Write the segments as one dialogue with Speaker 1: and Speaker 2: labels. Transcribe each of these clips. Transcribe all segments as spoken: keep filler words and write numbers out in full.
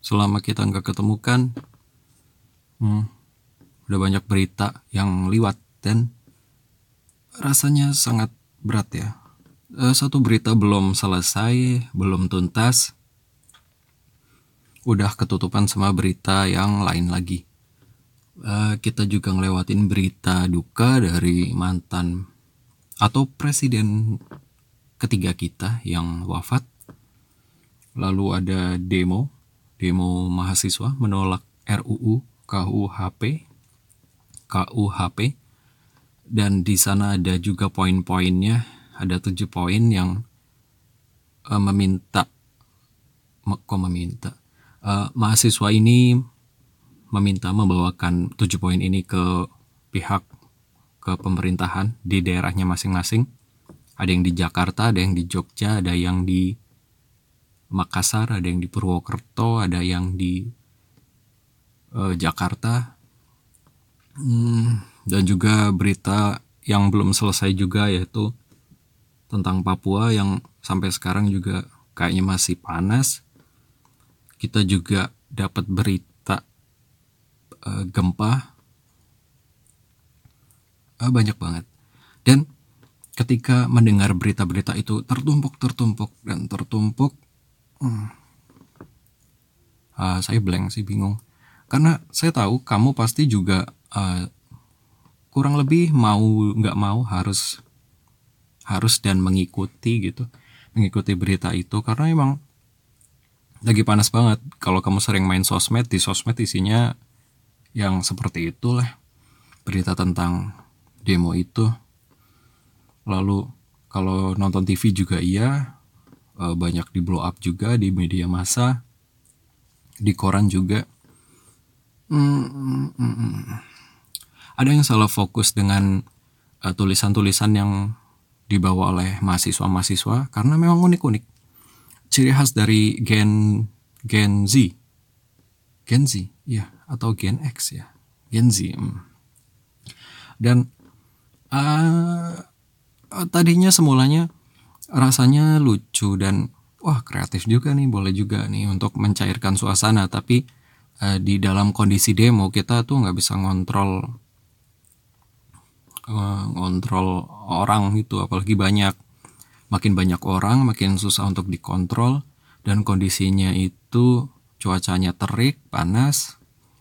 Speaker 1: selama kita nggak ketemu kan, hmm, udah banyak berita yang liwat dan rasanya sangat berat ya. E, satu berita belum selesai, belum tuntas, udah ketutupan sama berita yang lain lagi. E, kita juga ngelewatin berita duka dari mantan atau presiden ketiga kita yang wafat. Lalu ada demo, demo mahasiswa menolak R U U K U H P, K U H P, dan di sana ada juga poin-poinnya, ada tujuh poin yang uh, meminta, kok meminta, uh, mahasiswa ini meminta membawakan tujuh poin ini ke pihak, ke pemerintahan di daerahnya masing-masing. Ada yang di Jakarta, ada yang di Jogja, ada yang di Makassar, ada yang di Purwokerto, ada yang di uh, Jakarta, hmm, dan juga berita yang belum selesai juga yaitu tentang Papua yang sampai sekarang juga kayaknya masih panas. Kita juga dapat berita uh, gempa, uh, banyak banget. Dan ketika mendengar berita-berita itu tertumpuk-tertumpuk dan tertumpuk, hmm, uh, saya blank sih, bingung. Karena saya tahu kamu pasti juga uh, kurang lebih mau nggak mau harus harus dan mengikuti gitu, mengikuti berita itu karena emang lagi panas banget. Kalau kamu sering main sosmed, di sosmed isinya yang seperti itulah, berita tentang demo itu. Lalu kalau nonton T V juga iya, banyak di blow up juga di media massa, di koran juga. Hmm, hmm, hmm. Ada yang salah fokus dengan uh, tulisan-tulisan yang dibawa oleh mahasiswa-mahasiswa karena memang unik-unik. Ciri khas dari Gen Gen Z, Gen Z, ya, atau Gen X ya, Gen Z. Hmm. Dan uh, tadinya semulanya rasanya lucu dan wah kreatif juga nih, boleh juga nih untuk mencairkan suasana. Tapi uh, di dalam kondisi demo kita tuh nggak bisa ngontrol uh, ngontrol orang gitu, apalagi banyak. Makin banyak orang, makin susah untuk dikontrol, dan kondisinya itu cuacanya terik, panas,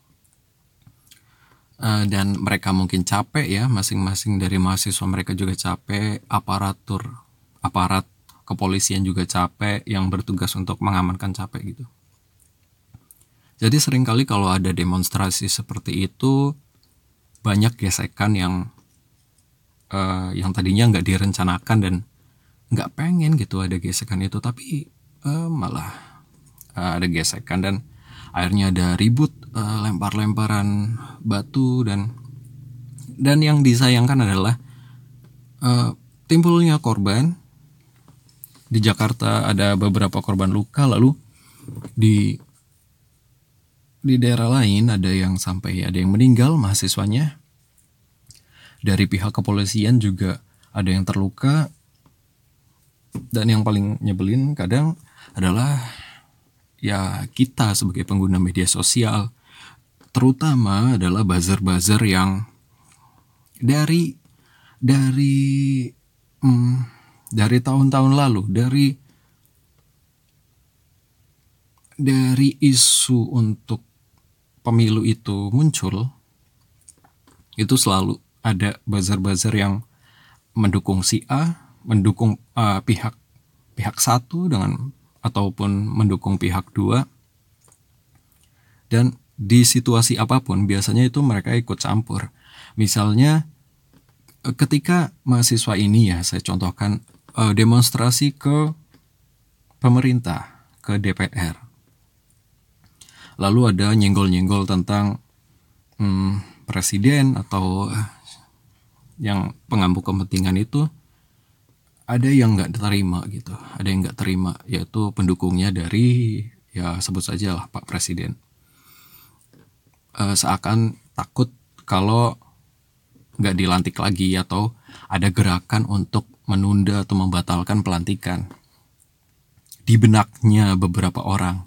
Speaker 1: uh, dan mereka mungkin capek ya, masing-masing dari mahasiswa mereka juga capek, aparatur, aparat kepolisian juga capek, yang bertugas untuk mengamankan capek gitu. Jadi seringkali kalau ada demonstrasi seperti itu, banyak gesekan yang uh, yang tadinya nggak direncanakan dan nggak pengen gitu ada gesekan itu, tapi uh, malah uh, ada gesekan dan akhirnya ada ribut, uh, lempar-lemparan batu, dan dan yang disayangkan adalah uh, timbulnya korban. Di Jakarta ada beberapa korban luka, lalu di di daerah lain ada yang sampai ada yang meninggal mahasiswanya. Dari pihak kepolisian juga ada yang terluka. Dan yang paling nyebelin kadang adalah ya kita sebagai pengguna media sosial, terutama adalah buzzer-buzzer yang dari dari hmm, dari tahun-tahun lalu, dari dari isu untuk pemilu itu muncul, itu selalu ada buzzer-buzzer yang mendukung si A, mendukung uh, pihak pihak satu dengan ataupun mendukung pihak dua, dan di situasi apapun biasanya itu mereka ikut campur. Misalnya ketika mahasiswa ini ya saya contohkan uh, demonstrasi ke pemerintah, ke D P R, lalu ada nyenggol-nyenggol tentang hmm, presiden atau yang pengampu kepentingan itu, ada yang nggak terima gitu, ada yang nggak terima, yaitu pendukungnya dari ya sebut saja lah Pak Presiden. E, seakan takut kalau nggak dilantik lagi atau ada gerakan untuk menunda atau membatalkan pelantikan di benaknya beberapa orang.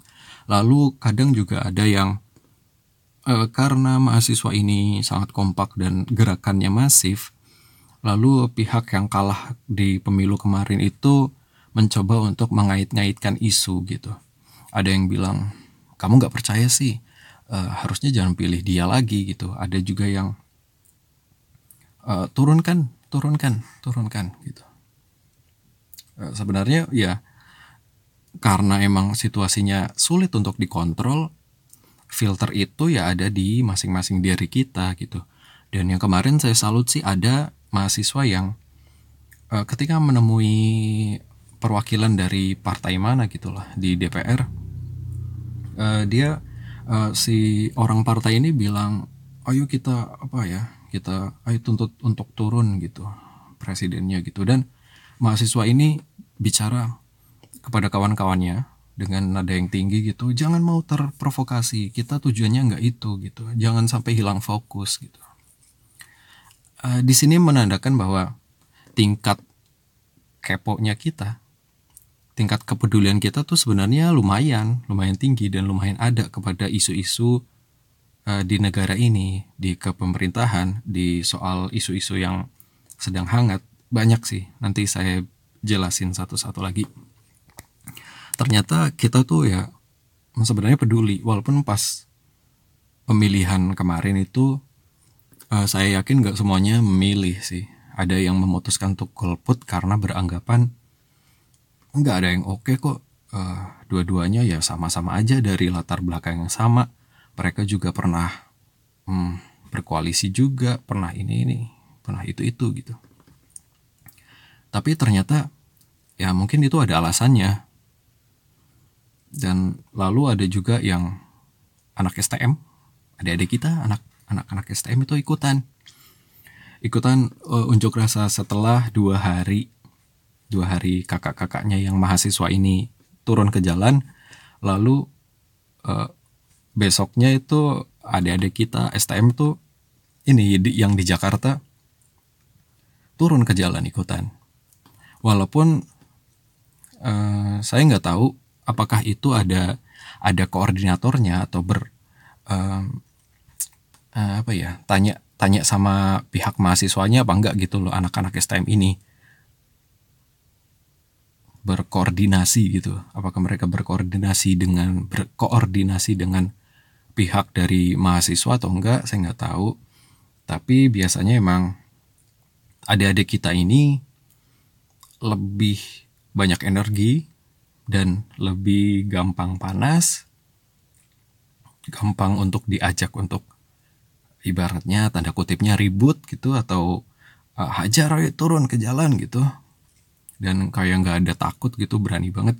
Speaker 1: Lalu kadang juga ada yang uh, karena mahasiswa ini sangat kompak dan gerakannya masif, lalu pihak yang kalah di pemilu kemarin itu mencoba untuk mengait-ngaitkan isu gitu. Ada yang bilang, kamu gak percaya sih, uh, harusnya jangan pilih dia lagi gitu. Ada juga yang uh, turunkan, turunkan, turunkan gitu. Uh, sebenarnya ya karena emang situasinya sulit untuk dikontrol, filter itu ya ada di masing-masing diri kita gitu. Dan yang kemarin saya salut sih ada mahasiswa yang uh, ketika menemui perwakilan dari partai mana gitulah di D P R, uh, dia uh, si orang partai ini bilang, ayo kita apa ya, kita ayo tuntut untuk turun gitu presidennya gitu. Dan mahasiswa ini bicara kepada kawan-kawannya dengan nada yang tinggi gitu, jangan mau terprovokasi, kita tujuannya nggak itu gitu, jangan sampai hilang fokus gitu. Uh, di sini menandakan bahwa tingkat keponya kita, tingkat kepedulian kita tuh sebenarnya lumayan, lumayan tinggi dan lumayan ada kepada isu-isu uh, di negara ini, di kepemerintahan, di soal isu-isu yang sedang hangat. Banyak sih, nanti saya jelasin satu-satu lagi. Ternyata kita tuh ya sebenarnya peduli, walaupun pas pemilihan kemarin itu uh, saya yakin gak semuanya memilih sih. Ada yang memutuskan untuk golput karena beranggapan nggak ada yang oke kok, uh, dua-duanya ya sama-sama aja dari latar belakang yang sama. Mereka juga pernah hmm, berkoalisi juga, pernah ini ini, pernah itu itu gitu. Tapi ternyata ya mungkin itu ada alasannya. Dan lalu ada juga yang anak S T M, adik-adik kita, anak anak-anak S T M itu ikutan, ikutan uh, unjuk rasa setelah dua hari, dua hari kakak-kakaknya yang mahasiswa ini turun ke jalan, lalu uh, besoknya itu adik-adik kita S T M tuh ini di, yang di Jakarta turun ke jalan ikutan, walaupun uh, saya nggak tahu apakah itu ada ada koordinatornya atau ber um, uh, apa ya tanya tanya sama pihak mahasiswanya apa enggak gitu loh, anak-anak S T M ini berkoordinasi gitu, apakah mereka berkoordinasi dengan berkoordinasi dengan pihak dari mahasiswa atau enggak, saya nggak tahu. Tapi biasanya emang adik-adik kita ini lebih banyak energi dan lebih gampang panas, gampang untuk diajak untuk ibaratnya tanda kutipnya ribut gitu, atau uh, hajar ayo turun ke jalan gitu, dan kayak nggak ada takut gitu, berani banget.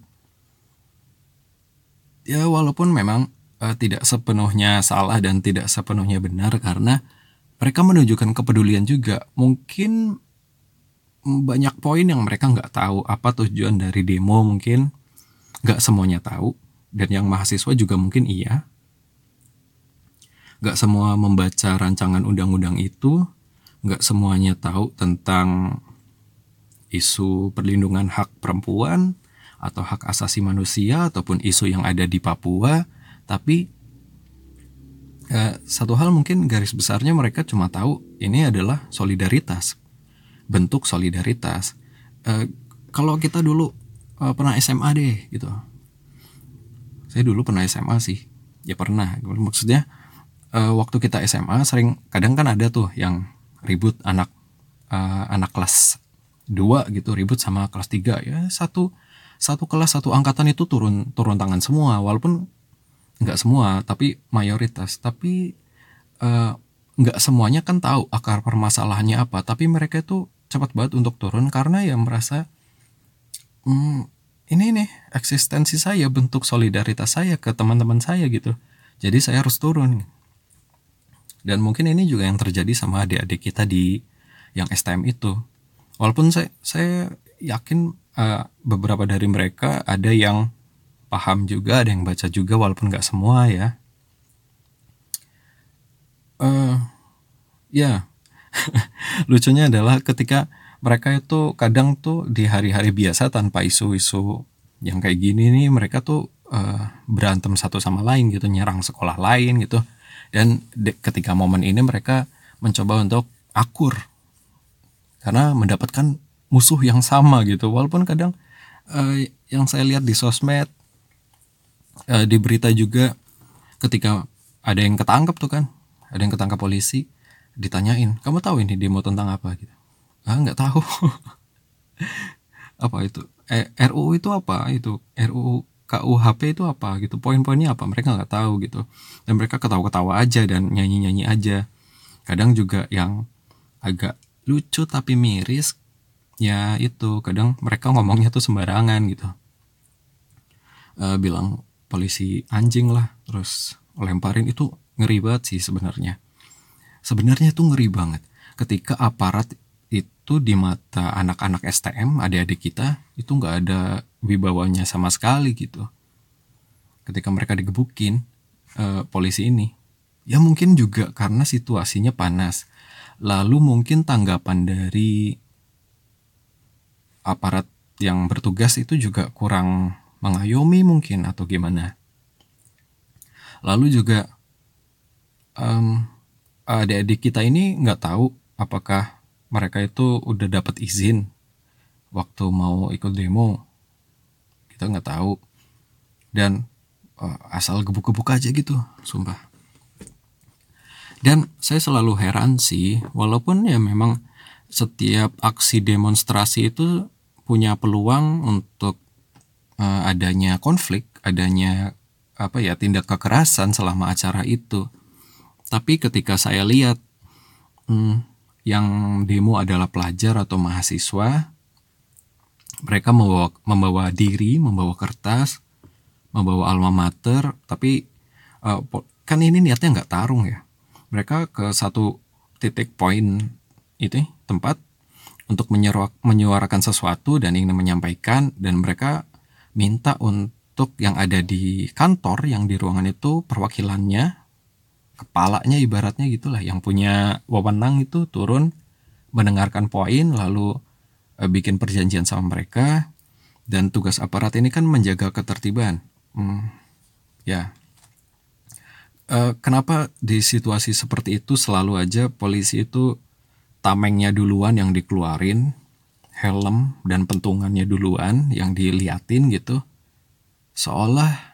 Speaker 1: Ya walaupun memang uh, tidak sepenuhnya salah dan tidak sepenuhnya benar, karena mereka menunjukkan kepedulian juga. Mungkin banyak poin yang mereka nggak tahu apa tujuan dari demo, mungkin gak semuanya tahu, dan yang mahasiswa juga mungkin iya. Gak semua membaca rancangan undang-undang itu, gak semuanya tahu tentang isu perlindungan hak perempuan atau hak asasi manusia ataupun isu yang ada di Papua. Tapi eh, satu hal mungkin garis besarnya mereka cuma tahu ini adalah solidaritas, bentuk solidaritas. Eh, kalau kita dulu pernah S M A deh gitu. Saya dulu pernah S M A sih. Ya pernah. Maksudnya uh, waktu kita S M A sering, kadang kan ada tuh yang ribut anak uh, anak kelas dua gitu ribut sama kelas tiga. Ya satu satu kelas satu angkatan itu turun turun tangan semua, walaupun enggak semua tapi mayoritas. Tapi uh, enggak semuanya kan tahu akar permasalahannya apa, tapi mereka itu cepat banget untuk turun karena ya merasa Hmm, ini nih eksistensi saya, bentuk solidaritas saya ke teman-teman saya gitu. Jadi saya harus turun. Dan mungkin ini juga yang terjadi sama adik-adik kita di yang S T M itu. Walaupun saya saya yakin uh, beberapa dari mereka ada yang paham juga, ada yang baca juga, walaupun nggak semua ya. Uh, ya, lucunya adalah ketika mereka itu kadang tuh di hari-hari biasa tanpa isu-isu yang kayak gini nih, mereka tuh uh, berantem satu sama lain gitu, nyerang sekolah lain gitu. Dan de- ketika momen ini mereka mencoba untuk akur karena mendapatkan musuh yang sama gitu. Walaupun kadang uh, yang saya lihat di sosmed, uh, di berita juga, ketika ada yang ketangkep tuh kan, ada yang ketangkap polisi, ditanyain, kamu tahu ini demo tentang apa gitu? Ah, nggak tahu. Apa itu? Eh, R U U itu apa? Itu R U U K U H P itu apa gitu? Poin-poinnya apa? Mereka nggak tahu gitu. Dan mereka ketawa-ketawa aja dan nyanyi-nyanyi aja. Kadang juga yang agak lucu tapi miris, ya itu kadang mereka ngomongnya tuh sembarangan gitu. Uh, bilang polisi anjing lah, terus lemparin, itu ngeri banget sih sebenarnya. Sebenarnya itu ngeri banget ketika aparat itu di mata anak-anak S T M, adik-adik kita, itu nggak ada wibawanya sama sekali gitu. Ketika mereka digebukin eh, polisi ini, ya mungkin juga karena situasinya panas. Lalu mungkin tanggapan dari aparat yang bertugas itu juga kurang mengayomi mungkin, atau gimana. Lalu juga um, adik-adik kita ini nggak tahu apakah mereka itu udah dapat izin waktu mau ikut demo. Kita nggak tahu. Dan uh, asal gebuk-gebuk aja gitu, sumpah. Dan saya selalu heran sih, walaupun ya memang setiap aksi demonstrasi itu punya peluang untuk uh, adanya konflik, adanya apa ya, tindak kekerasan selama acara itu. Tapi ketika saya lihat hmm, yang demo adalah pelajar atau mahasiswa, mereka membawa, membawa diri, membawa kertas, membawa alma mater, tapi uh, kan ini niatnya nggak tarung ya. Mereka ke satu titik poin itu tempat untuk menyuarakan sesuatu dan ingin menyampaikan, dan mereka minta untuk yang ada di kantor, yang di ruangan itu, perwakilannya, kepalanya ibaratnya gitulah, yang punya wewenang itu turun mendengarkan poin, lalu eh, bikin perjanjian sama mereka. Dan tugas aparat ini kan menjaga ketertiban. Hmm, ya. Eh, kenapa di situasi seperti itu selalu aja polisi itu tamengnya duluan yang dikeluarin, helm dan pentungannya duluan yang diliatin gitu, seolah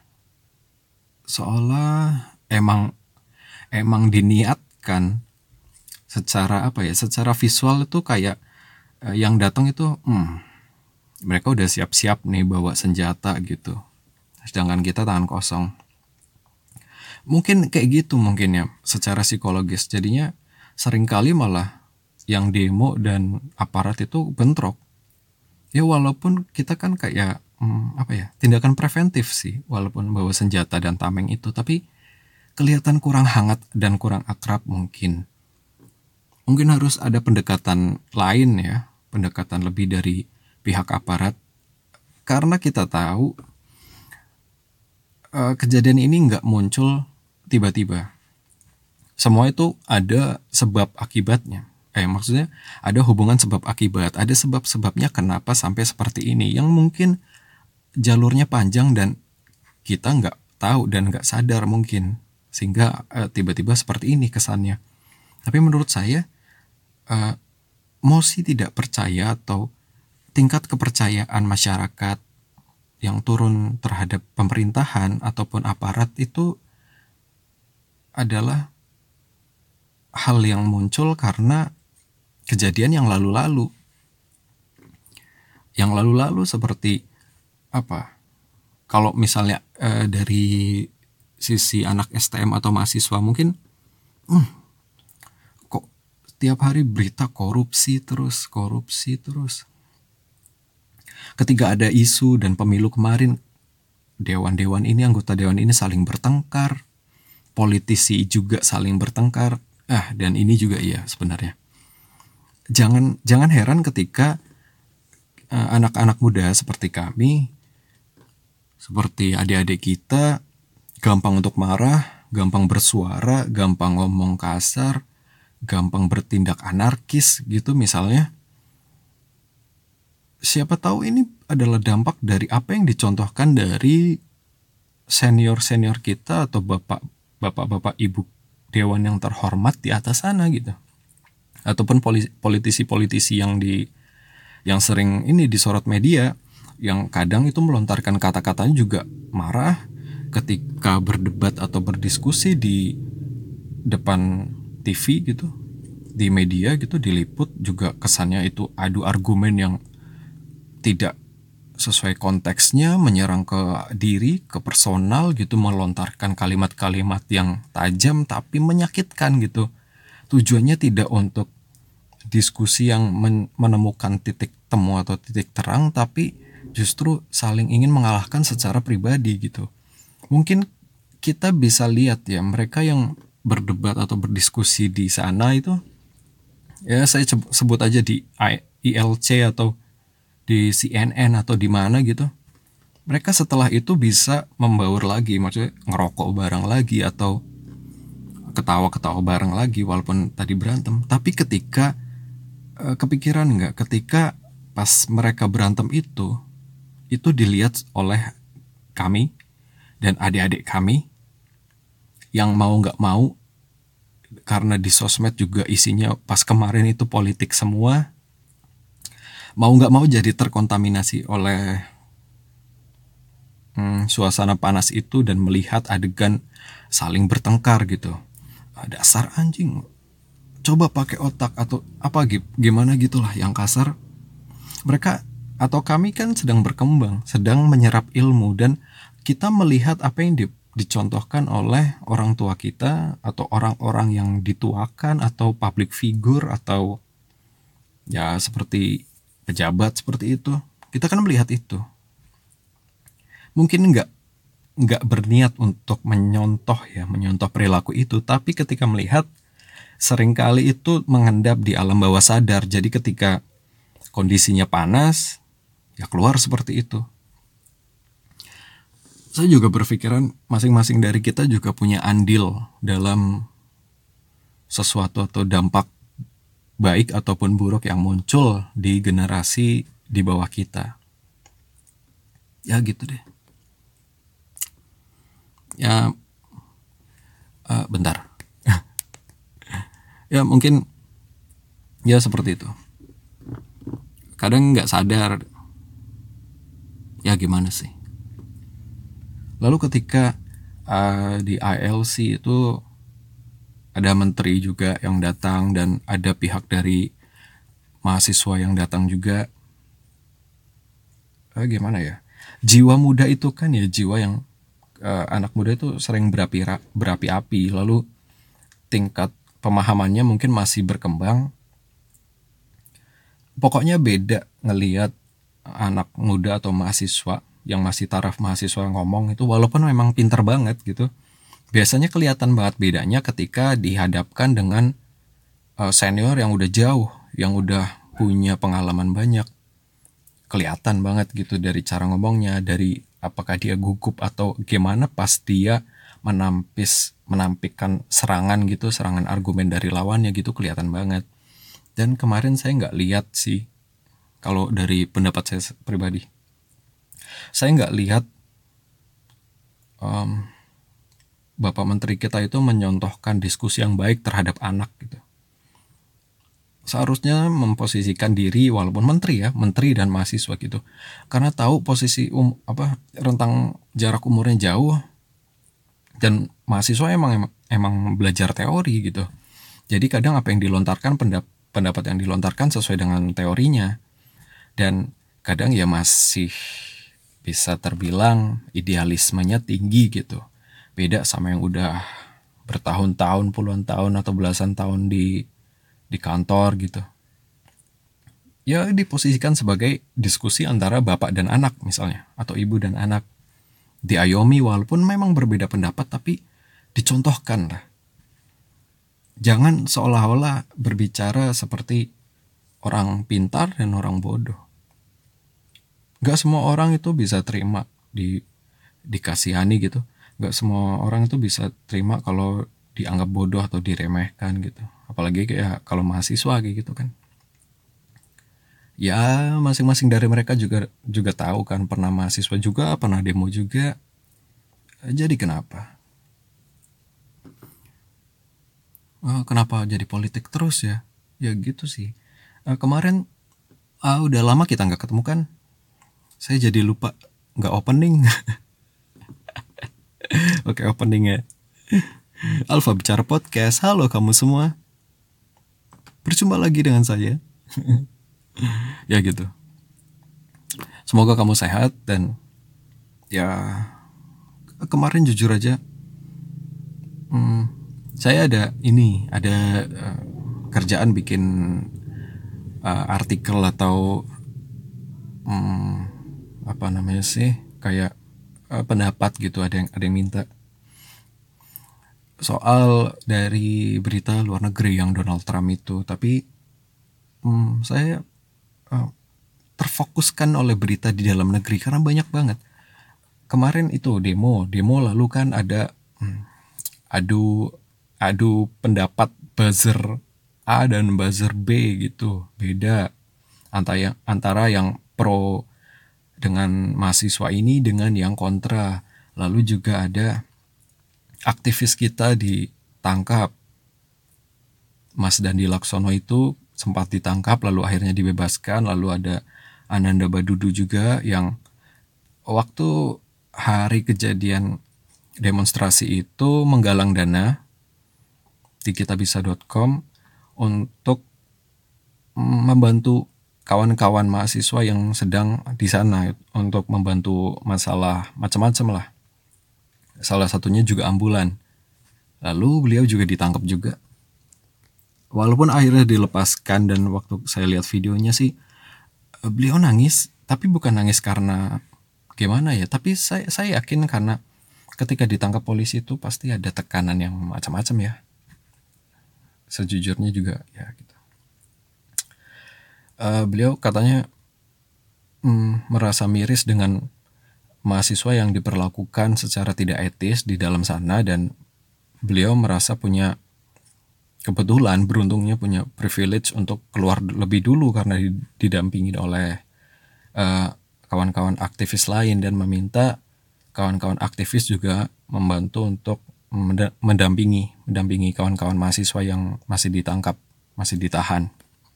Speaker 1: seolah emang emang diniatkan secara apa ya, secara visual itu kayak eh, yang datang itu hmm, mereka udah siap-siap nih bawa senjata gitu, sedangkan kita tangan kosong. Mungkin kayak gitu mungkin ya secara psikologis, jadinya seringkali malah yang demo dan aparat itu bentrok. Ya walaupun kita kan kayak hmm, apa ya, tindakan preventif sih walaupun bawa senjata dan tameng itu, tapi kelihatan kurang hangat dan kurang akrab mungkin. Mungkin harus ada pendekatan lain ya, pendekatan lebih dari pihak aparat, karena kita tahu uh, kejadian ini nggak muncul tiba-tiba. Semua itu ada sebab akibatnya. Eh maksudnya ada hubungan sebab akibat, ada sebab-sebabnya kenapa sampai seperti ini, yang mungkin jalurnya panjang dan kita nggak tahu dan nggak sadar mungkin, sehingga eh, tiba-tiba seperti ini kesannya. Tapi menurut saya eh, mosi tidak percaya atau tingkat kepercayaan masyarakat yang turun terhadap pemerintahan ataupun aparat itu adalah hal yang muncul karena kejadian yang lalu-lalu. Yang lalu-lalu seperti apa? Kalau misalnya eh, dari sisi anak S T M atau mahasiswa mungkin hmm, kok tiap hari berita korupsi terus, korupsi terus. Ketika ada isu dan pemilu kemarin, dewan-dewan ini, anggota dewan ini saling bertengkar, politisi juga saling bertengkar. Ah, dan ini juga iya sebenarnya. Jangan jangan heran ketika uh, anak-anak muda seperti kami, seperti adik-adik kita, gampang untuk marah, gampang bersuara, gampang ngomong kasar, gampang bertindak anarkis gitu misalnya. Siapa tahu ini adalah dampak dari apa yang dicontohkan dari senior-senior kita atau bapak bapak-bapak ibu dewan yang terhormat di atas sana gitu, ataupun politisi-politisi yang di yang sering ini disorot media, yang kadang itu melontarkan kata-katanya juga marah ketika berdebat atau berdiskusi di depan T V gitu, di media gitu, diliput juga kesannya itu adu argumen yang tidak sesuai konteksnya, menyerang ke diri, ke personal gitu, melontarkan kalimat-kalimat yang tajam tapi menyakitkan gitu. Tujuannya tidak untuk diskusi yang men- menemukan titik temu atau titik terang, tapi justru saling ingin mengalahkan secara pribadi gitu. Mungkin kita bisa lihat ya, mereka yang berdebat atau berdiskusi di sana itu, ya saya sebut aja di I L C atau di C N N atau di mana gitu, mereka setelah itu bisa membaur lagi, maksudnya ngerokok bareng lagi atau ketawa-ketawa bareng lagi walaupun tadi berantem. Tapi ketika eh, kepikiran nggak ketika pas mereka berantem itu itu dilihat oleh kami dan adik-adik kami yang mau nggak mau, karena di sosmed juga isinya pas kemarin itu politik semua, mau nggak mau jadi terkontaminasi oleh hmm, suasana panas itu dan melihat adegan saling bertengkar gitu. Dasar anjing, coba pakai otak atau apa gimana gitulah yang kasar. Mereka atau kami kan sedang berkembang, sedang menyerap ilmu, dan kita melihat apa yang di, dicontohkan oleh orang tua kita atau orang-orang yang dituakan atau public figure atau ya seperti pejabat seperti itu. Kita kan melihat itu. Mungkin nggak nggak berniat untuk menyontoh ya, menyontoh perilaku itu, tapi ketika melihat seringkali itu mengendap di alam bawah sadar. Jadi ketika kondisinya panas, ya keluar seperti itu. Saya juga berpikiran masing-masing dari kita juga punya andil dalam sesuatu atau dampak baik ataupun buruk yang muncul di generasi di bawah kita. Ya gitu deh. Ya uh, bentar. Ya mungkin ya seperti itu. Kadang nggak sadar. Ya gimana sih? Lalu ketika uh, di I L C itu ada menteri juga yang datang dan ada pihak dari mahasiswa yang datang juga. Uh, gimana ya? Jiwa muda itu kan ya jiwa yang uh, anak muda itu sering berapi berapi-api. Lalu tingkat pemahamannya mungkin masih berkembang. Pokoknya beda ngelihat anak muda atau mahasiswa yang masih taraf mahasiswa ngomong itu, walaupun memang pinter banget gitu, biasanya kelihatan banget bedanya ketika dihadapkan dengan uh, senior yang udah jauh, yang udah punya pengalaman banyak. Kelihatan banget gitu dari cara ngomongnya, dari apakah dia gugup atau gimana pas dia menampis menampilkan serangan gitu, serangan argumen dari lawannya gitu, kelihatan banget. Dan kemarin saya nggak lihat sih, kalau dari pendapat saya pribadi, saya nggak lihat um, Bapak Menteri kita itu menyontohkan diskusi yang baik terhadap anak gitu. Seharusnya memposisikan diri walaupun menteri ya, menteri dan mahasiswa gitu, karena tahu posisi um, apa rentang jarak umurnya jauh, dan mahasiswa emang emang, emang belajar teori gitu. Jadi kadang apa yang dilontarkan pendap- pendapat yang dilontarkan sesuai dengan teorinya, dan kadang ya masih bisa terbilang idealismenya tinggi gitu. Beda sama yang udah bertahun-tahun, puluhan tahun atau belasan tahun di di kantor gitu. Ya diposisikan sebagai diskusi antara bapak dan anak misalnya, atau ibu dan anak. Diayomi walaupun memang berbeda pendapat, tapi dicontohkan lah. Jangan seolah-olah berbicara seperti orang pintar dan orang bodoh. Gak semua orang itu bisa terima di dikasihani gitu. Gak semua orang itu bisa terima kalau dianggap bodoh atau diremehkan gitu. Apalagi kayak kalau mahasiswa kayak gitu kan. Ya masing-masing dari mereka juga juga tahu kan, pernah mahasiswa juga, pernah demo juga. Jadi kenapa? Uh, kenapa jadi politik terus ya? Ya gitu sih. Uh, kemarin uh, udah lama kita nggak ketemu kan? Saya jadi lupa nggak opening. Oke, openingnya. Alfa Bicara Podcast. Halo kamu semua. Berjumpa lagi dengan saya. Ya gitu. Semoga kamu sehat dan ya kemarin jujur aja hmm, saya ada ini ada uh, kerjaan bikin uh, artikel atau hmm, apa namanya sih kayak uh, pendapat gitu, ada yang ada yang minta soal dari berita luar negeri yang Donald Trump itu, tapi hmm, saya uh, terfokuskan oleh berita di dalam negeri karena banyak banget. Kemarin itu demo, demo lalu kan ada hmm, adu adu pendapat buzzer A dan buzzer B gitu, beda antara yang antara yang pro dengan mahasiswa ini dengan yang kontra. Lalu juga ada aktivis kita ditangkap, Mas Dandi Laksono itu sempat ditangkap lalu akhirnya dibebaskan. Lalu ada Ananda Badudu juga yang waktu hari kejadian demonstrasi itu menggalang dana di kitabisa dot com untuk membantu kawan-kawan mahasiswa yang sedang di sana untuk membantu masalah macam-macam lah. Salah satunya juga ambulan. Lalu beliau juga ditangkap juga. Walaupun akhirnya dilepaskan dan waktu saya lihat videonya sih beliau nangis, tapi bukan nangis karena gimana ya, tapi saya saya yakin karena ketika ditangkap polisi itu pasti ada tekanan yang macam-macam ya. Sejujurnya juga ya gitu. Uh, beliau katanya mm, merasa miris dengan mahasiswa yang diperlakukan secara tidak etis di dalam sana, dan beliau merasa punya kebetulan, beruntungnya punya privilege untuk keluar lebih dulu karena didampingi oleh uh, kawan-kawan aktivis lain, dan meminta kawan-kawan aktivis juga membantu untuk mendampingi mendampingi kawan-kawan mahasiswa yang masih ditangkap, masih ditahan.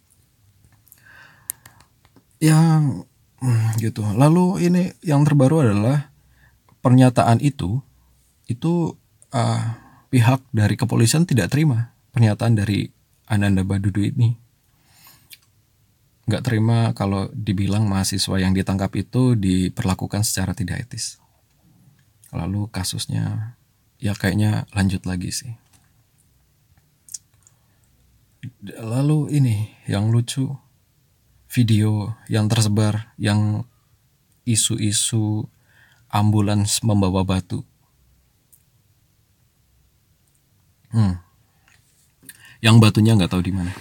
Speaker 1: Yang gitu. Lalu ini yang terbaru adalah pernyataan itu itu uh, pihak dari kepolisian tidak terima pernyataan dari Ananda Badudu ini. Nggak terima kalau dibilang mahasiswa yang ditangkap itu diperlakukan secara tidak etis. Lalu kasusnya ya kayaknya lanjut lagi sih. Lalu ini yang lucu, video yang tersebar yang isu-isu ambulans membawa batu. Hmm. Yang batunya nggak tahu di mana.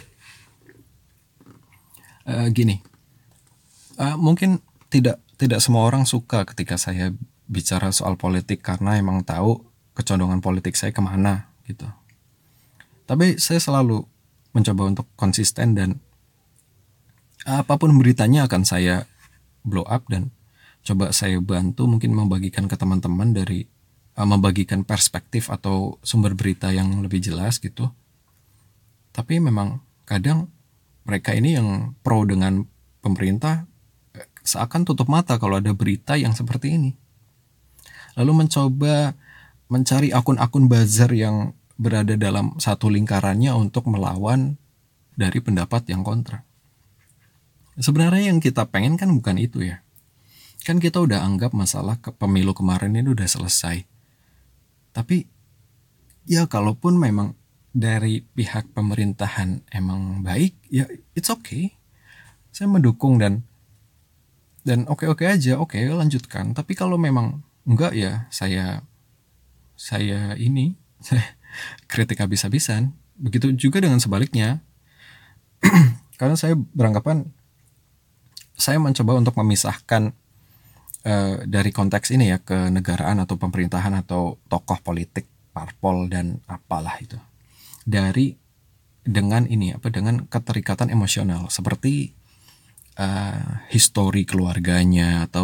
Speaker 1: Uh, gini, uh, mungkin tidak tidak semua orang suka ketika saya bicara soal politik karena emang tahu kecondongan politik saya kemana gitu. Tapi saya selalu mencoba untuk konsisten dan apapun beritanya akan saya blow up dan coba saya bantu mungkin membagikan ke teman-teman dari uh, membagikan perspektif atau sumber berita yang lebih jelas gitu. Tapi memang kadang mereka ini yang pro dengan pemerintah seakan tutup mata kalau ada berita yang seperti ini. Lalu mencoba mencari akun-akun buzzer yang berada dalam satu lingkarannya untuk melawan dari pendapat yang kontra. Sebenarnya yang kita pengen kan bukan itu ya. Kan kita udah anggap masalah ke pemilu kemarin ini udah selesai. Tapi ya kalaupun memang dari pihak pemerintahan emang baik, ya it's okay. Saya mendukung dan dan oke-oke aja, oke lanjutkan. Tapi kalau memang enggak ya saya saya ini saya kritik habis-habisan. Begitu juga dengan sebaliknya. Karena saya beranggapan saya mencoba untuk memisahkan uh, dari konteks ini ya, kenegaraan atau pemerintahan atau tokoh politik, parpol dan apalah itu, dari dengan ini apa dengan keterikatan emosional seperti uh, histori keluarganya atau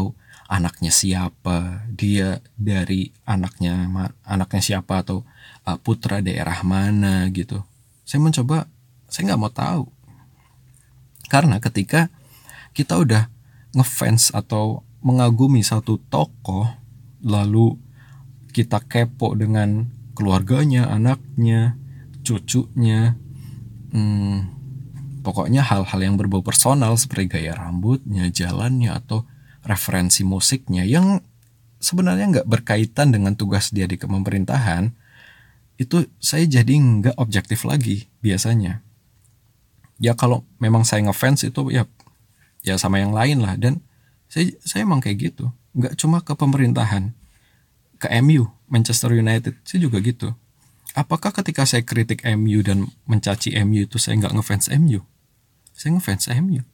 Speaker 1: anaknya siapa, dia dari anaknya anaknya siapa, atau uh, putra daerah mana gitu. Saya mencoba, saya nggak mau tahu. Karena ketika kita udah ngefans atau mengagumi satu tokoh, lalu kita kepo dengan keluarganya, anaknya, cucunya, hmm, pokoknya hal-hal yang berbau personal seperti gaya rambutnya, jalannya, atau referensi musiknya yang sebenarnya nggak berkaitan dengan tugas dia di pemerintahan, itu saya jadi nggak objektif lagi biasanya. Ya kalau memang saya ngefans itu ya ya sama yang lain lah, dan saya saya emang kayak gitu, nggak cuma ke pemerintahan, ke M U, Manchester United, saya juga gitu. Apakah ketika saya kritik M U dan mencaci M U itu saya nggak ngefans M U? Saya ngefans M U.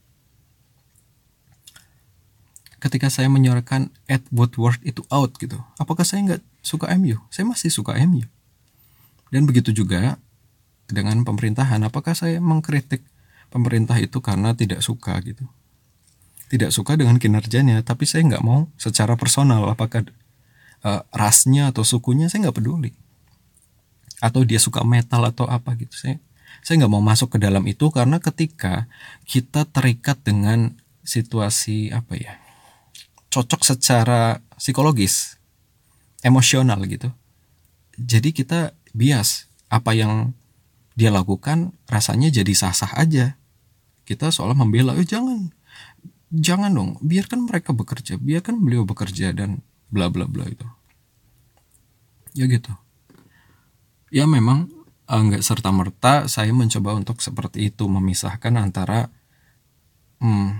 Speaker 1: Ketika saya menyorkan Ed Woodward itu out gitu, apakah saya nggak suka M U? Saya masih suka M U. Dan begitu juga dengan pemerintahan, apakah saya mengkritik pemerintah itu karena tidak suka gitu? Tidak suka dengan kinerjanya, tapi saya nggak mau secara personal, apakah uh, rasnya atau sukunya, saya nggak peduli. Atau dia suka metal atau apa gitu, saya saya nggak mau masuk ke dalam itu, karena ketika kita terikat dengan situasi apa ya, cocok secara psikologis, emosional gitu, jadi kita bias, apa yang dia lakukan rasanya jadi sah-sah aja. Kita seolah membela, eh jangan, jangan dong, biarkan mereka bekerja, biarkan beliau bekerja dan bla bla bla itu. Ya gitu. Ya memang nggak uh, serta merta saya mencoba untuk seperti itu, memisahkan antara hmm,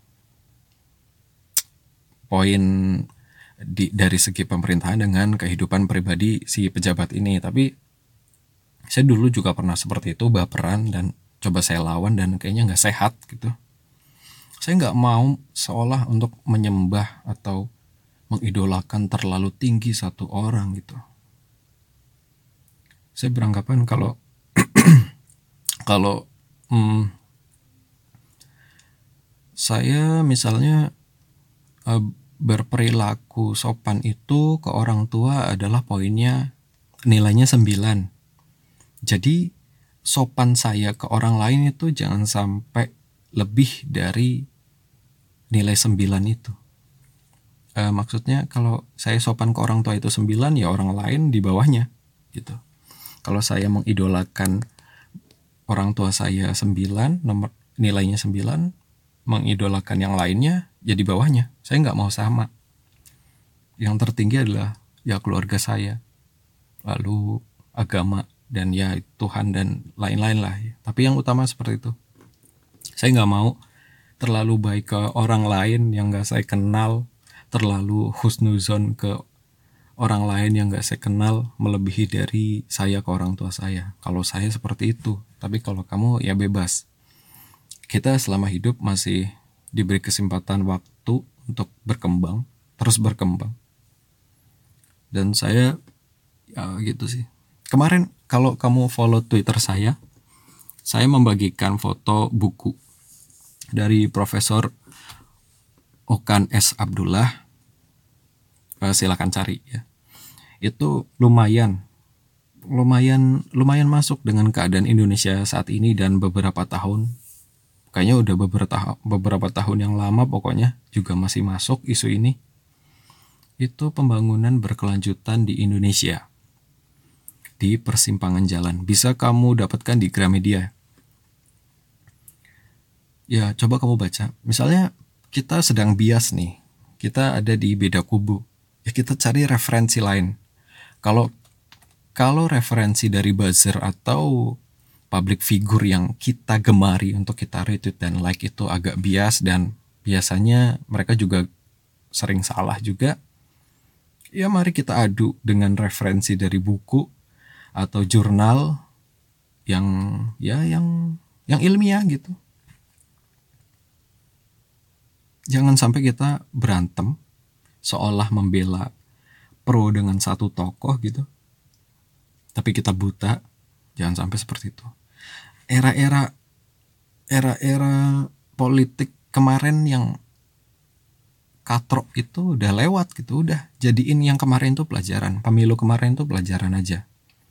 Speaker 1: poin di, dari segi pemerintahan dengan kehidupan pribadi si pejabat ini. Tapi saya dulu juga pernah seperti itu, baperan, dan coba saya lawan, dan kayaknya nggak sehat gitu. Saya nggak mau seolah untuk menyembah atau mengidolakan terlalu tinggi satu orang gitu. Saya beranggapan kalau kalau hmm, saya misalnya uh, berperilaku sopan itu ke orang tua adalah poinnya nilainya sembilan. Jadi sopan saya ke orang lain itu jangan sampai lebih dari nilai sembilan itu. Uh, maksudnya kalau saya sopan ke orang tua itu sembilan, ya orang lain di bawahnya gitu. Kalau saya mengidolakan orang tua saya sembilan, nomor nilainya sembilan, mengidolakan yang lainnya, ya di bawahnya. Saya nggak mau sama. Yang tertinggi adalah ya keluarga saya, lalu agama, dan ya Tuhan dan lain-lain lah. Tapi yang utama seperti itu. Saya nggak mau terlalu baik ke orang lain yang nggak saya kenal, terlalu husnuzon ke orang lain yang gak saya kenal, melebihi dari saya ke orang tua saya. Kalau saya seperti itu. Tapi kalau kamu ya bebas. Kita selama hidup masih diberi kesempatan waktu untuk berkembang, terus berkembang. Dan saya ya gitu sih. Kemarin kalau kamu follow Twitter saya, saya membagikan foto buku dari Profesor Okan S. Abdullah. Silakan cari ya. Itu lumayan lumayan lumayan masuk dengan keadaan Indonesia saat ini dan beberapa tahun, kayaknya udah beberapa beberapa tahun yang lama pokoknya juga masih masuk isu ini. Itu pembangunan berkelanjutan di Indonesia di persimpangan jalan. Bisa kamu dapatkan di Gramedia. Ya coba kamu baca. Misalnya kita sedang bias nih, kita ada di beda kubu, ya kita cari referensi lain. Kalau kalau referensi dari buzzer atau public figure yang kita gemari untuk kita retweet dan like itu agak bias, dan biasanya mereka juga sering salah juga, ya mari kita adu dengan referensi dari buku atau jurnal yang ya yang yang ilmiah gitu. Jangan sampai kita berantem seolah membela pro dengan satu tokoh gitu, tapi kita buta. Jangan sampai seperti itu. Era-era era-era politik kemarin yang katrok itu udah lewat gitu, udah jadiin yang kemarin tuh pelajaran, pemilu kemarin tuh pelajaran aja.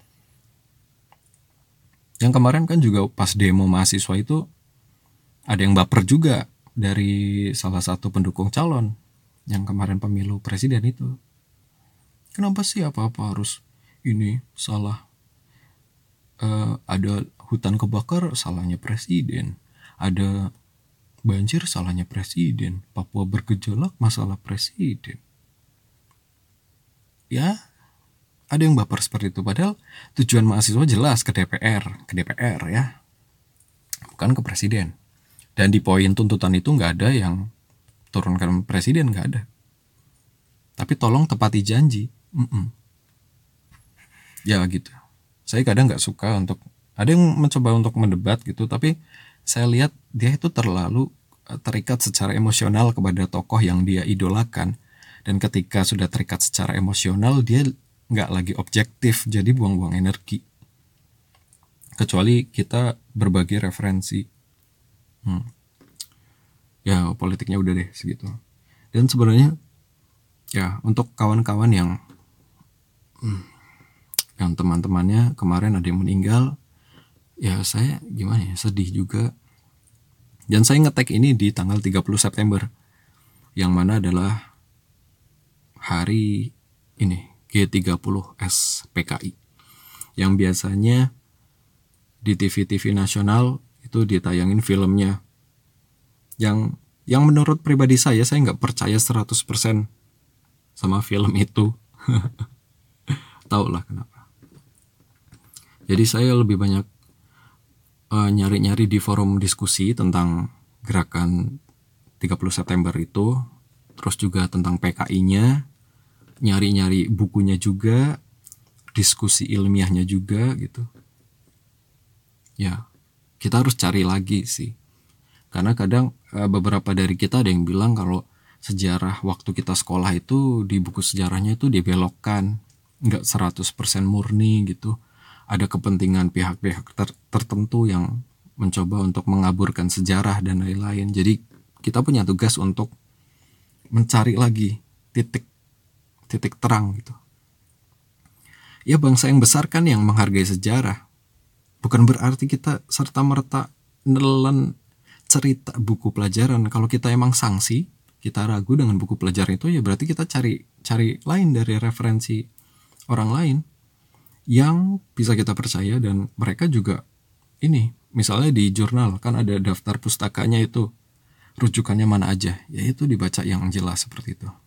Speaker 1: Yang kemarin kan juga pas demo mahasiswa itu ada yang baper juga dari salah satu pendukung calon yang kemarin pemilu presiden itu. Kenapa sih apa-apa harus ini salah? Uh, ada hutan kebakar, salahnya presiden. Ada banjir, salahnya presiden. Papua bergejolak, masalah presiden. Ya, ada yang baper seperti itu. Padahal tujuan mahasiswa jelas ke D P R, ke D P R ya, bukan ke presiden. Dan di poin tuntutan itu nggak ada yang turunkan presiden, nggak ada. Tapi tolong tepati janji. Mm-mm. Ya gitu. Saya kadang nggak suka untuk, ada yang mencoba untuk mendebat gitu, tapi saya lihat dia itu terlalu terikat secara emosional kepada tokoh yang dia idolakan, dan ketika sudah terikat secara emosional dia nggak lagi objektif, jadi buang-buang energi. Kecuali kita berbagi referensi. Hmm. Ya politiknya udah deh segitu. Dan sebenarnya ya untuk kawan-kawan yang hmm, yang teman-temannya kemarin ada yang meninggal, ya saya gimana ya, sedih juga. Dan saya ngetek ini di tanggal tiga puluh September, yang mana adalah hari ini G tiga puluh S P K I, yang biasanya di T V-T V nasional itu ditayangin filmnya, yang yang menurut pribadi saya saya nggak percaya seratus persen sama film itu. Tahu lah kenapa. Jadi saya lebih banyak uh, nyari-nyari di forum diskusi tentang gerakan tiga puluh September itu, terus juga tentang P K I-nya, nyari-nyari bukunya juga, diskusi ilmiahnya juga gitu. Ya, kita harus cari lagi sih. Karena kadang uh, beberapa dari kita ada yang bilang kalau sejarah waktu kita sekolah itu di buku sejarahnya itu dibelokkan, nggak seratus persen murni gitu. Ada kepentingan pihak-pihak ter- tertentu yang mencoba untuk mengaburkan sejarah dan lain-lain. Jadi kita punya tugas untuk mencari lagi titik titik terang gitu. Ya bangsa yang besar kan yang menghargai sejarah. Bukan berarti kita serta-merta nelen cerita buku pelajaran. Kalau kita emang sanksi, kita ragu dengan buku pelajaran itu, ya berarti kita cari cari lain dari referensi orang lain yang bisa kita percaya, dan mereka juga ini, misalnya di jurnal kan ada daftar pustakanya itu, rujukannya mana aja, ya itu dibaca yang jelas seperti itu.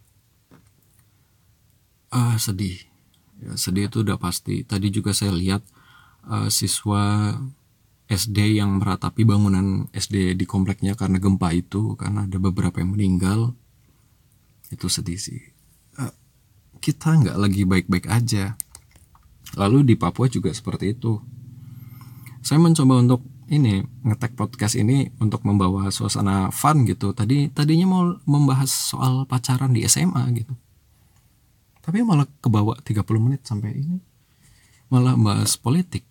Speaker 1: Ah sedih, ya, sedih itu udah pasti. Tadi juga saya lihat uh, siswa S D yang meratapi bangunan S D di kompleknya karena gempa itu, karena ada beberapa yang meninggal. Itu sedih sih. Uh, kita nggak lagi baik-baik aja. Lalu di Papua juga seperti itu. Saya mencoba untuk ini ngetek podcast ini untuk membawa suasana fun gitu. Tadi tadinya mau membahas soal pacaran di S M A gitu, tapi malah kebawa tiga puluh menit sampai ini malah bahas politik.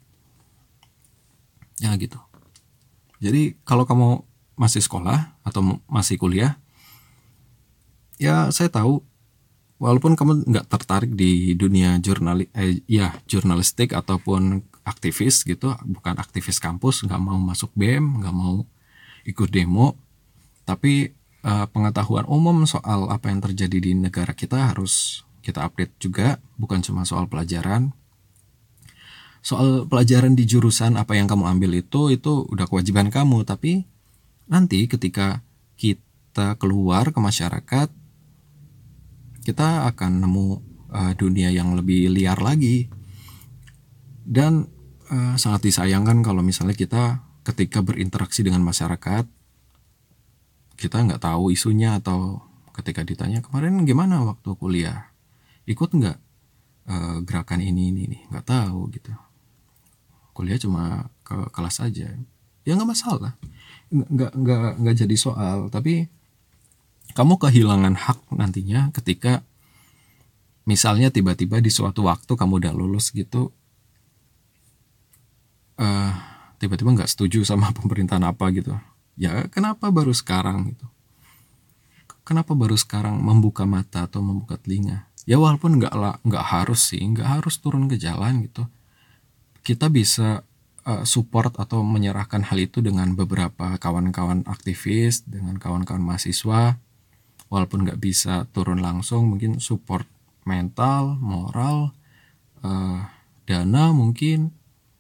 Speaker 1: Ya gitu. Jadi kalau kamu masih sekolah atau masih kuliah, ya saya tahu walaupun kamu nggak tertarik di dunia jurnali, eh, ya jurnalistik ataupun aktivis gitu, bukan aktivis kampus, nggak mau masuk B E M, nggak mau ikut demo, tapi eh, pengetahuan umum soal apa yang terjadi di negara kita harus kita update juga, bukan cuma soal pelajaran. Soal pelajaran di jurusan apa yang kamu ambil itu, itu udah kewajiban kamu, tapi nanti ketika kita keluar ke masyarakat, kita akan nemu uh, dunia yang lebih liar lagi. Dan uh, sangat disayangkan kalau misalnya kita ketika berinteraksi dengan masyarakat, kita nggak tahu isunya, atau ketika ditanya kemarin gimana waktu kuliah, ikut nggak uh, gerakan ini ini nih, nggak tahu gitu. Kuliah cuma ke kelas aja, ya nggak masalah, nggak nggak nggak jadi soal. Tapi kamu kehilangan hak nantinya ketika misalnya tiba-tiba di suatu waktu kamu udah lulus gitu, uh, tiba-tiba nggak setuju sama pemerintahan apa gitu. Ya kenapa baru sekarang gitu? kenapa baru sekarang membuka mata atau membuka telinga? Ya walaupun nggak lah, nggak harus sih, nggak harus turun ke jalan gitu. Kita bisa uh, support atau menyerahkan hal itu dengan beberapa kawan-kawan aktivis, dengan kawan-kawan mahasiswa. Walaupun nggak bisa turun langsung, mungkin support mental, moral, uh, dana mungkin,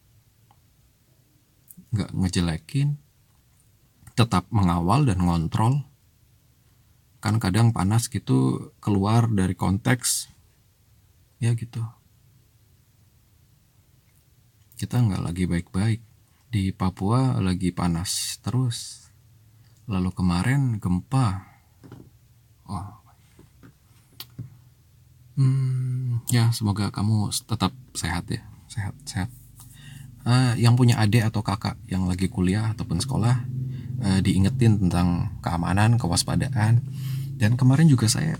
Speaker 1: nggak ngejelekin, tetap mengawal dan ngontrol. Kan kadang panas gitu keluar dari konteks, ya gitu. Kita nggak lagi baik-baik. Di Papua lagi panas terus. Lalu kemarin gempa. Oh. Hmm, ya semoga kamu tetap sehat ya, sehat sehat. Uh, yang punya adik atau kakak yang lagi kuliah ataupun sekolah, uh, diingetin tentang keamanan, kewaspadaan. Dan kemarin juga saya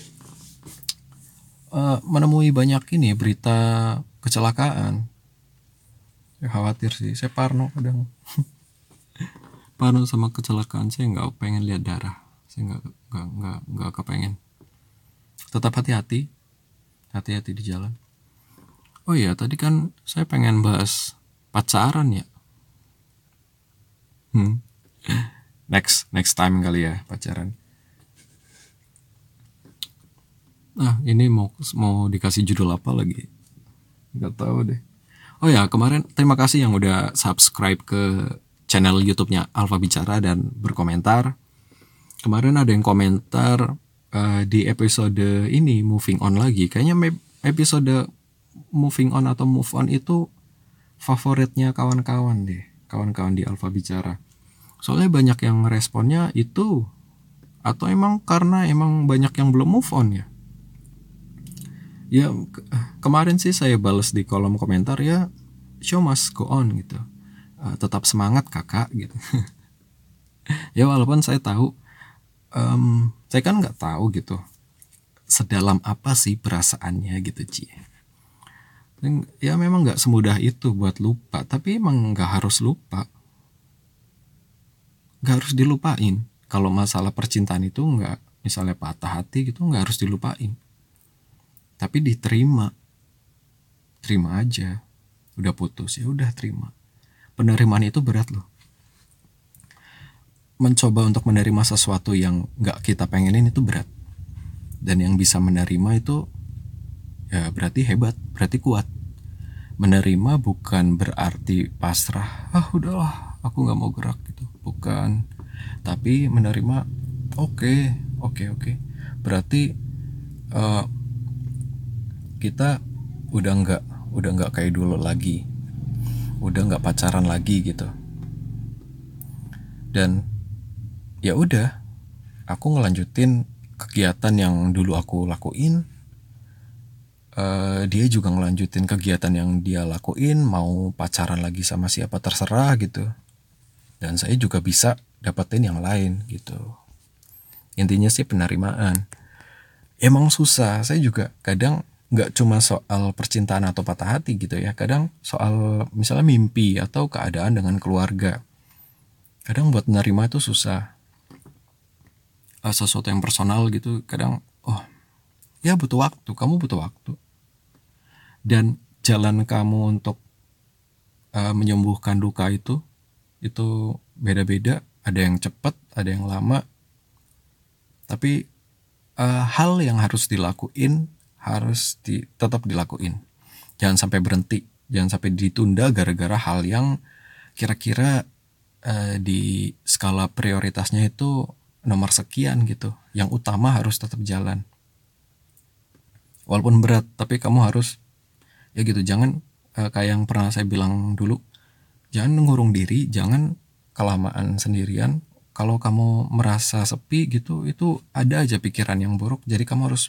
Speaker 1: uh, menemui banyak ini berita kecelakaan. Ya, khawatir sih, saya parno kadang. Parno sama kecelakaan, saya nggak pengen lihat darah, saya nggak nggak nggak nggak kepengen. Tetap hati-hati, hati-hati di jalan. Oh iya, tadi kan saya pengen bahas pacaran ya. Hmm. Next next time kali ya pacaran. Nah ini mau mau dikasih judul apa lagi? Nggak tahu deh. Oh ya, kemarin terima kasih yang udah subscribe ke channel YouTube-nya Alfa Bicara dan berkomentar. Kemarin ada yang komentar uh, di episode ini moving on lagi. Kayaknya episode moving on atau move on itu favoritnya kawan-kawan deh, kawan-kawan di Alfa Bicara. Soalnya banyak yang responnya itu, atau emang karena emang banyak yang belum move on ya. Ya ke- kemarin sih saya balas di kolom komentar ya, show must go on gitu. Uh, tetap semangat kakak gitu. Ya walaupun saya tahu, um, saya kan nggak tahu gitu sedalam apa sih perasaannya gitu Ci. Dan ya memang nggak semudah itu buat lupa, tapi emang nggak harus lupa, nggak harus dilupain. Kalau masalah percintaan itu nggak, misalnya patah hati gitu nggak harus dilupain, tapi diterima, terima aja. Udah putus ya udah terima. Penerimaan itu berat loh. Mencoba untuk menerima sesuatu yang nggak kita pengenin itu berat. Dan yang bisa menerima itu ya berarti hebat, berarti kuat. Menerima bukan berarti pasrah, ah udahlah aku nggak mau gerak gitu, bukan. Tapi menerima, oke okay, oke okay, oke okay. Berarti uh, kita udah nggak udah nggak kayak dulu lagi, udah nggak pacaran lagi gitu. Dan ya udah, aku ngelanjutin kegiatan yang dulu aku lakuin. Uh, dia juga ngelanjutin kegiatan yang dia lakuin, mau pacaran lagi sama siapa terserah gitu. Dan saya juga bisa dapetin yang lain gitu. Intinya sih penerimaan. Emang susah, saya juga kadang nggak cuma soal percintaan atau patah hati gitu ya. Kadang soal misalnya mimpi atau keadaan dengan keluarga. Kadang buat menerima itu susah. Uh, sesuatu yang personal gitu, kadang oh ya butuh waktu, kamu butuh waktu. Dan jalan kamu untuk uh, menyembuhkan luka itu itu beda-beda, ada yang cepat, ada yang lama. Tapi uh, hal yang harus dilakuin harus di, tetap dilakuin. Jangan sampai berhenti, jangan sampai ditunda gara-gara hal yang kira-kira uh, di skala prioritasnya itu nomor sekian gitu. Yang utama harus tetap jalan. Walaupun berat, tapi kamu harus ya gitu, jangan uh, kayak yang pernah saya bilang dulu, jangan ngurung diri, jangan kelamaan sendirian. Kalau kamu merasa sepi gitu, itu ada aja pikiran yang buruk, jadi kamu harus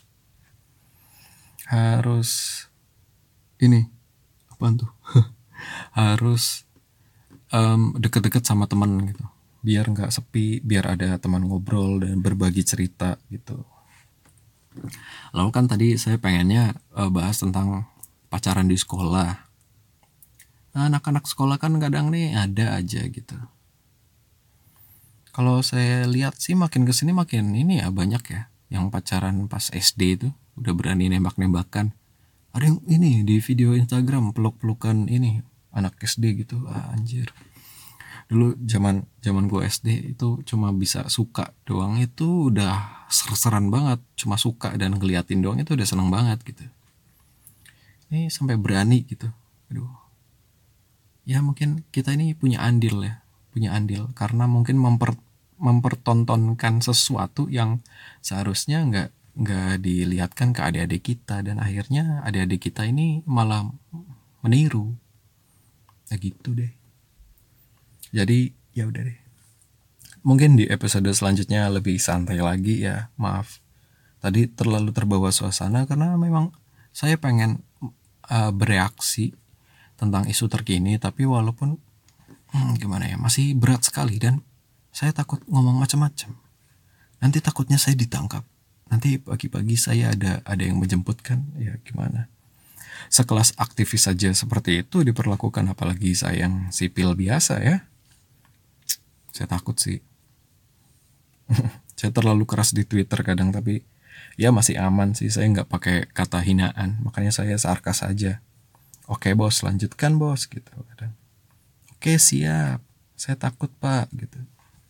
Speaker 1: harus ini apa tuh harus um, deket-deket sama teman gitu, biar nggak sepi, biar ada teman ngobrol dan berbagi cerita gitu. Lalu kan tadi saya pengennya uh, bahas tentang pacaran di sekolah. Nah, anak-anak sekolah kan kadang nih ada aja gitu. Kalau saya lihat sih makin kesini makin ini ya banyak ya yang pacaran pas S D itu udah berani nembak-nembakan. Ada yang ini di video Instagram peluk-pelukan ini anak S D gitu. Ah, anjir. Dulu zaman zaman gue S D itu cuma bisa suka doang itu udah ser-seran banget, cuma suka dan ngeliatin doang itu udah seneng banget gitu. Ini sampai berani gitu. Aduh. Ya mungkin kita ini punya andil ya, punya andil karena mungkin memper mempertontonkan sesuatu yang seharusnya nggak nggak dilihatkan ke adik-adik kita dan akhirnya adik-adik kita ini malah meniru. Ya gitu deh. Jadi ya udah deh. Mungkin di episode selanjutnya lebih santai lagi ya. Maaf. Tadi terlalu terbawa suasana karena memang saya pengen uh, bereaksi tentang isu terkini tapi walaupun hmm, gimana ya masih berat sekali dan saya takut ngomong macam-macam. Nanti takutnya saya ditangkap. Nanti pagi-pagi saya ada ada yang menjemputkan. Ya gimana? Sekelas aktivis saja seperti itu diperlakukan apalagi saya yang sipil biasa ya. Saya takut sih. Saya terlalu keras di Twitter kadang tapi ya masih aman sih. Saya nggak pakai kata hinaan. Makanya saya sarkas aja. Oke bos, lanjutkan bos gitu kadang. Oke siap. Saya takut pak gitu.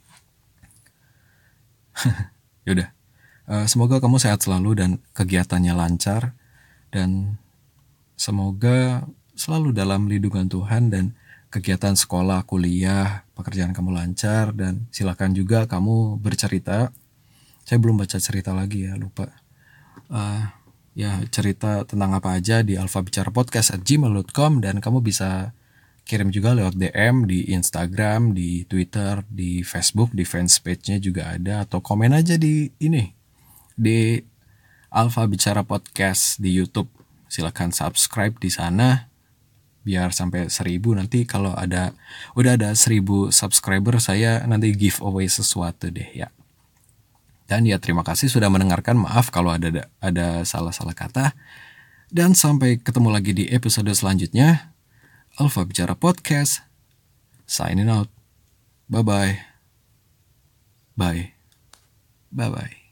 Speaker 1: Yaudah, uh, semoga kamu sehat selalu dan kegiatannya lancar dan semoga selalu dalam lindungan Tuhan dan kegiatan sekolah, kuliah, pekerjaan kamu lancar dan silakan juga kamu bercerita. Saya belum baca cerita lagi ya, lupa. Uh, ya cerita tentang apa aja di alfabicarapodcast at gmail dot com dan kamu bisa kirim juga lewat D M di Instagram, di Twitter, di Facebook, di fans page-nya juga ada atau komen aja di ini di Alfa Bicara Podcast di YouTube. Silakan subscribe di sana biar sampai seribu nanti kalau ada udah ada seribu subscriber saya nanti giveaway sesuatu deh ya. Dan ya terima kasih sudah mendengarkan. Maaf kalau ada ada salah-salah kata. Dan sampai ketemu lagi di episode selanjutnya. Alfa Bicara Podcast. Signing out. Bye-bye. Bye. Bye-bye.